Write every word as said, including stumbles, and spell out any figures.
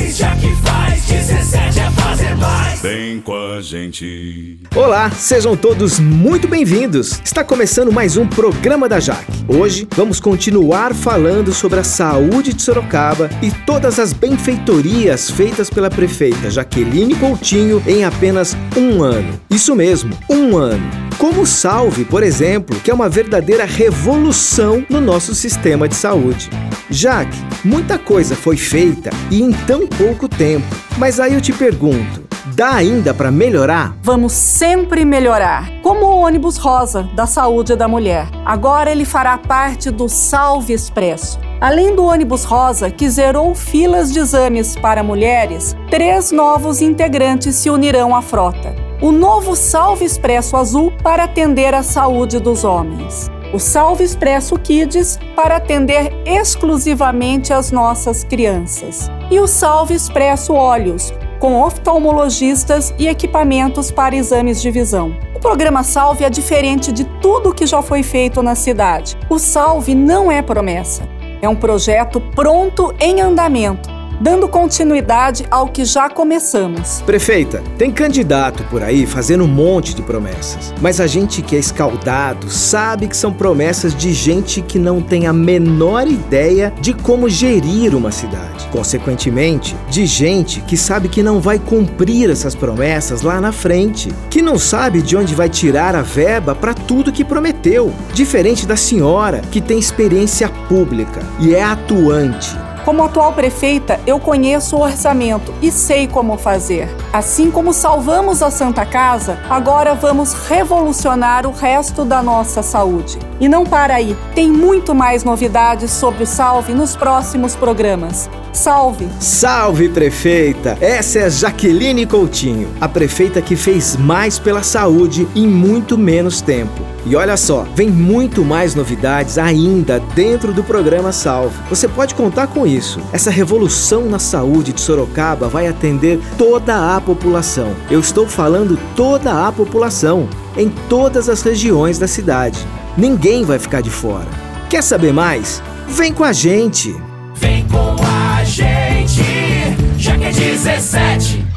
faz, já que faz, dezessete é fazer mais. Vem com a gente. Olá, sejam todos muito bem-vindos. Está começando mais um programa da Jaque. Hoje vamos continuar falando sobre a saúde de Sorocaba e todas as benfeitorias feitas pela prefeita Jaqueline Coutinho em apenas um ano. Isso mesmo, um ano. Como o Salve, por exemplo, que é uma verdadeira revolução no nosso sistema de saúde. Jaque, muita coisa foi feita e em tão pouco tempo. Mas aí eu te pergunto, dá ainda para melhorar? Vamos sempre melhorar. Como o ônibus rosa da saúde da mulher. Agora ele fará parte do Salve Expresso. Além do ônibus rosa, que zerou filas de exames para mulheres, três novos integrantes se unirão à frota. O novo Salve Expresso Azul para atender a saúde dos homens. O Salve Expresso Kids para atender exclusivamente as nossas crianças. E o Salve Expresso Olhos, com oftalmologistas e equipamentos para exames de visão. O programa Salve é diferente de tudo que já foi feito na cidade. O Salve não é promessa, é um projeto pronto em andamento, dando continuidade ao que já começamos. Prefeita, tem candidato por aí fazendo um monte de promessas, mas a gente que é escaldado sabe que são promessas de gente que não tem a menor ideia de como gerir uma cidade. Consequentemente, de gente que sabe que não vai cumprir essas promessas lá na frente, que não sabe de onde vai tirar a verba para tudo que prometeu. Diferente da senhora, que tem experiência pública e é atuante. Como atual prefeita, eu conheço o orçamento e sei como fazer. Assim como salvamos a Santa Casa, agora vamos revolucionar o resto da nossa saúde. E não para aí, tem muito mais novidades sobre o Salve nos próximos programas. Salve! Salve, prefeita! Essa é a Jaqueline Coutinho, a prefeita que fez mais pela saúde em muito menos tempo. E olha só, vem muito mais novidades ainda dentro do programa Salve. Você pode contar com isso. Essa revolução na saúde de Sorocaba vai atender toda a população. Eu estou falando toda a população, em todas as regiões da cidade. Ninguém vai ficar de fora. Quer saber mais? Vem com a gente! Vem com a gente, já que é dezessete.